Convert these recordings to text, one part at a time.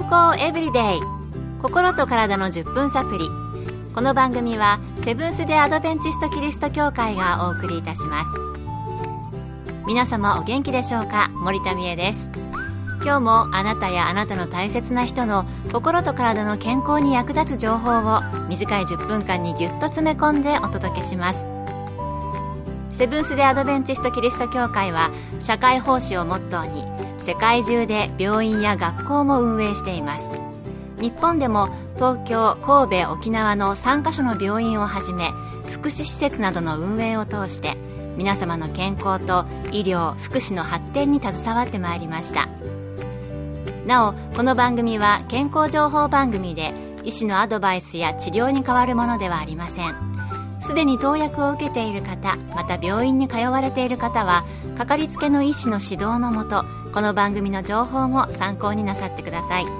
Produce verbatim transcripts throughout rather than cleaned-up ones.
康エブリデイ、心と体のじゅっぷんサプリ。この番組はセブンス・デ・アドベンチスト・キリスト教会がお送りいたします。皆様お元気でしょうか。森田美恵です。今日もあなたやあなたの大切な人の心と体の健康に役立つ情報を短いじゅっぷんかんにぎゅっと詰め込んでお届けします。セブンス・デ・アドベンチスト・キリスト教会は社会奉仕をモットーに世界中で病院や学校も運営しています。日本でも東京、神戸、沖縄のさんカ所の病院をはじめ福祉施設などの運営を通して皆様の健康と医療・福祉の発展に携わってまいりました。なお、この番組は健康情報番組で医師のアドバイスや治療に代わるものではありません。すでに投薬を受けている方、また病院に通われている方はかかりつけの医師の指導のもと、この番組の情報も参考になさってください。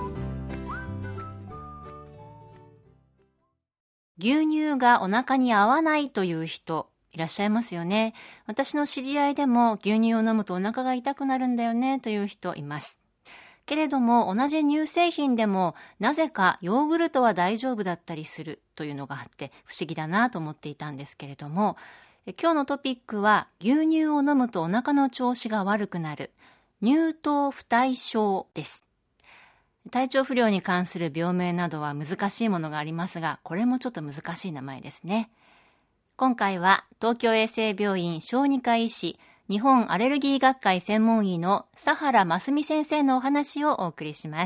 牛乳がお腹に合わないという人いらっしゃいますよね。私の知り合いでも牛乳を飲むとお腹が痛くなるんだよねという人います。けれども同じ乳製品でもなぜかヨーグルトは大丈夫だったりするというのがあって不思議だなと思っていたんですけれども、今日のトピックは牛乳を飲むとお腹の調子が悪くなる乳糖不耐症です。体調不良に関する病名などは難しいものがありますが、これもちょっと難しい名前ですね。今回は東京衛生病院小児科医師、日本アレルギー学会専門医の佐原真澄先生のお話をお送りします。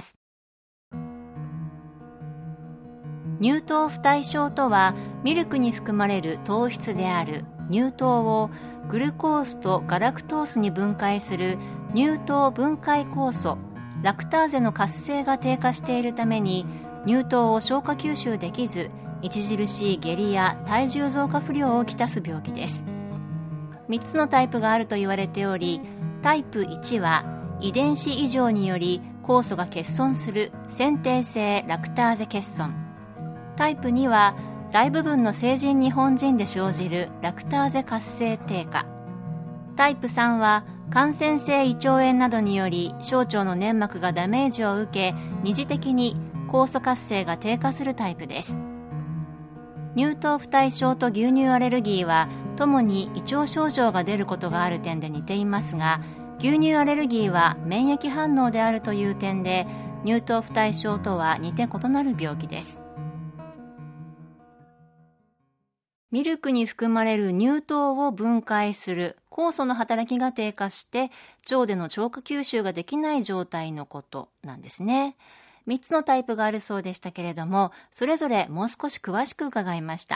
乳糖不耐症とは、ミルクに含まれる糖質である乳糖をグルコースとガラクトースに分解する乳糖分解酵素ラクターゼの活性が低下しているために乳糖を消化吸収できず、著しい下痢や体重増加不良をきたす病気です。みっつのタイプがあると言われており、タイプいちは遺伝子異常により酵素が欠損する先天性ラクターゼ欠損、タイプには大部分の成人日本人で生じるラクターゼ活性低下、タイプさんは感染性胃腸炎などにより小腸の粘膜がダメージを受け、二次的に酵素活性が低下するタイプです。乳糖不耐症と牛乳アレルギーはともに胃腸症状が出ることがある点で似ていますが、牛乳アレルギーは免疫反応であるという点で乳糖不耐症とは似て異なる病気です。ミルクに含まれる乳糖を分解する酵素の働きが低下して腸での消化吸収ができない状態のことなんですね。みっつのタイプがあるそうでしたけれども、それぞれもう少し詳しく伺いました。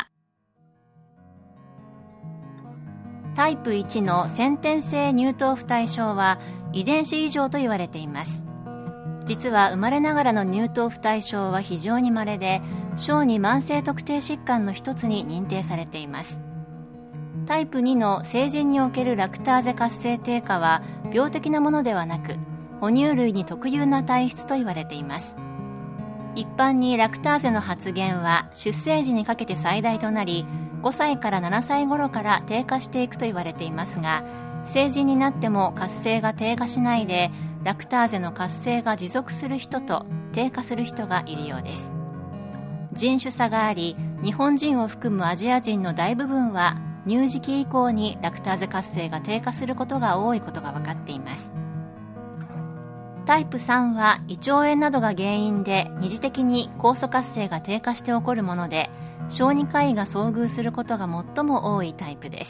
タイプいちの先天性乳糖不耐症は遺伝子異常と言われています。実は生まれながらの乳糖不耐症は非常に稀で、小児慢性特定疾患の一つに認定されています。タイプにの成人におけるラクターゼ活性低下は病的なものではなく、哺乳類に特有な体質と言われています。一般にラクターゼの発現は出生時にかけて最大となり、ごさいからななさい頃から低下していくと言われていますが、成人になっても活性が低下しないでラクターゼの活性が持続する人と低下する人がいるようです。人種差があり、日本人を含むアジア人の大部分は乳児期以降にラクターゼ活性が低下することが多いことが分かっています。タイプさんは胃腸炎などが原因で二次的に酵素活性が低下して起こるもので、小児科医が遭遇することが最も多いタイプです。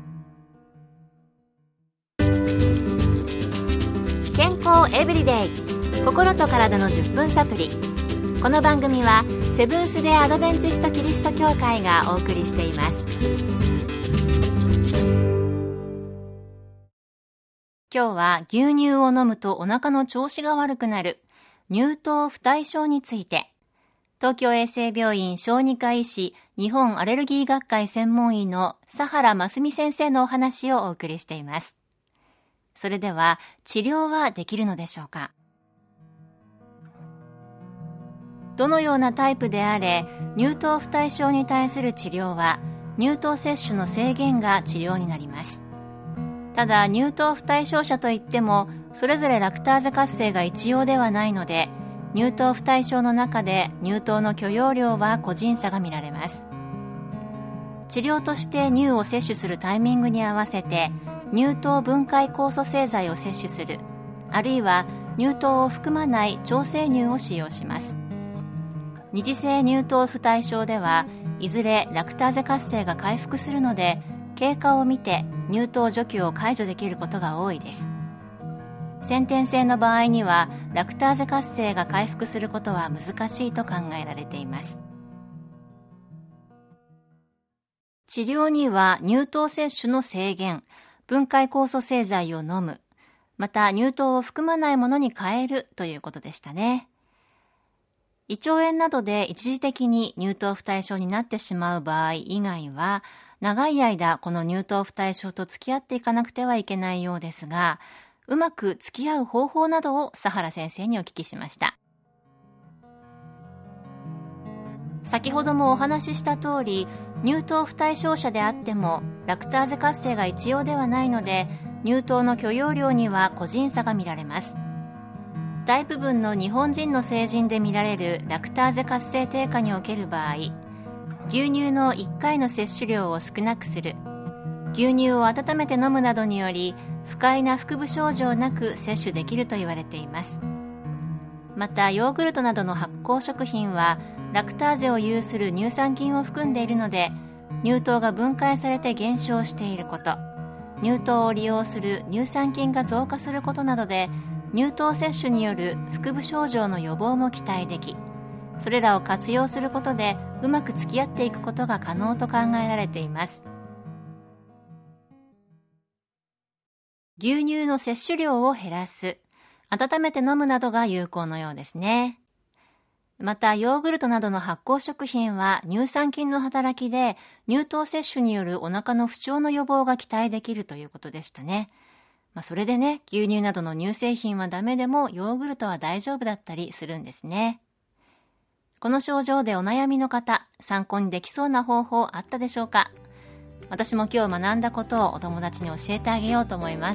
健康エブリデイ、心と体のじゅっぷんサプリ。この番組はセブンス・デ・アドベンチスト・キリスト教会がお送りしています。今日は牛乳を飲むとお腹の調子が悪くなる乳糖不耐症について、東京衛生病院小児科医師、日本アレルギー学会専門医の佐原真澄先生のお話をお送りしています。それでは治療はできるのでしょうか。どのようなタイプであれ、乳糖不耐症に対する治療は乳糖摂取の制限が治療になります。ただ乳糖不耐症者といってもそれぞれラクターゼ活性が一様ではないので、 乳糖不対症の中で乳糖の許容量は個人差が見られます。治療として乳を摂取するタイミングに合わせて乳糖分解酵素製剤を摂取する、あるいは乳糖を含まない調整乳を使用します。二次性乳糖不対症ではいずれラクターゼ活性が回復するので、経過を見て乳糖除去を解除できることが多いです。先天性の場合にはラクターゼ活性が回復することは難しいと考えられています。治療には乳糖摂取の制限、分解酵素製剤を飲む、また乳糖を含まないものに変えるということでしたね。胃腸炎などで一時的に乳糖不対症になってしまう場合以外は、長い間この乳糖不対症と付き合っていかなくてはいけないようですが、うまく付き合う方法などを佐原先生にお聞きしました。先ほどもお話しした通り、乳糖不対症者であってもラクターゼ活性が一様ではないので、乳糖の許容量には個人差が見られます。大部分の日本人の成人で見られるラクターゼ活性低下における場合、牛乳のいっかいの摂取量を少なくする、牛乳を温めて飲むなどにより不快な腹部症状なく摂取できると言われています。またヨーグルトなどの発酵食品はラクターゼを有する乳酸菌を含んでいるので、乳糖が分解されて減少していること、乳糖を利用する乳酸菌が増加することなどで、乳糖摂取による腹部症状の予防も期待でき、それらを活用することでうまく付き合っていくことが可能と考えられています。牛乳の摂取量を減らす、温めて飲むなどが有効のようですね。またヨーグルトなどの発酵食品は乳酸菌の働きで乳糖摂取によるお腹の不調の予防が期待できるということでしたね。まあ、それでね、牛乳などの乳製品はダメでもヨーグルトは大丈夫だったりするんですね。この症状でお悩みの方、参考にできそうな方法あったでしょうか？私も今日学んだことをお友達に教えてあげようと思います。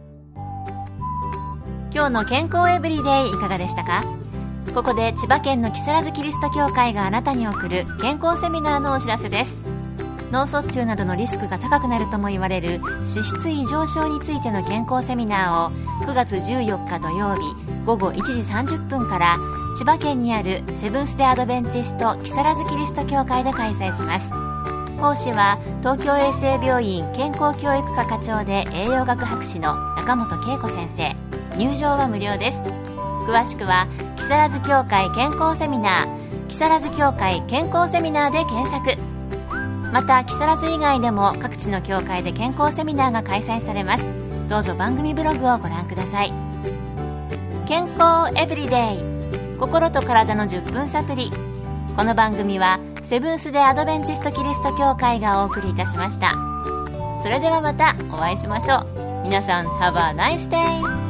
今日の健康エブリデイいかがでしたか？ここで千葉県の木更津キリスト教会があなたに送る健康セミナーのお知らせです。脳卒中などのリスクが高くなるとも言われる脂質異常症についての健康セミナーをくがつじゅうよっか土曜日ごごいちじさんじゅっぷんから千葉県にあるセブンス・デ・アドベンチスト木更津キリスト教会で開催します。講師は東京衛生病院健康教育科課長で栄養学博士の中本恵子先生。入場は無料です。詳しくは木更津教会健康セミナー、木更津教会健康セミナーで検索。また木更津以外でも各地の教会で健康セミナーが開催されます。どうぞ番組ブログをご覧ください。健康エブリデイ、心と体のじゅっぷんサプリ。この番組はセブンス・デ・アドベンチスト・キリスト教会がお送りいたしました。それではまたお会いしましょう。皆さん Have a nice day!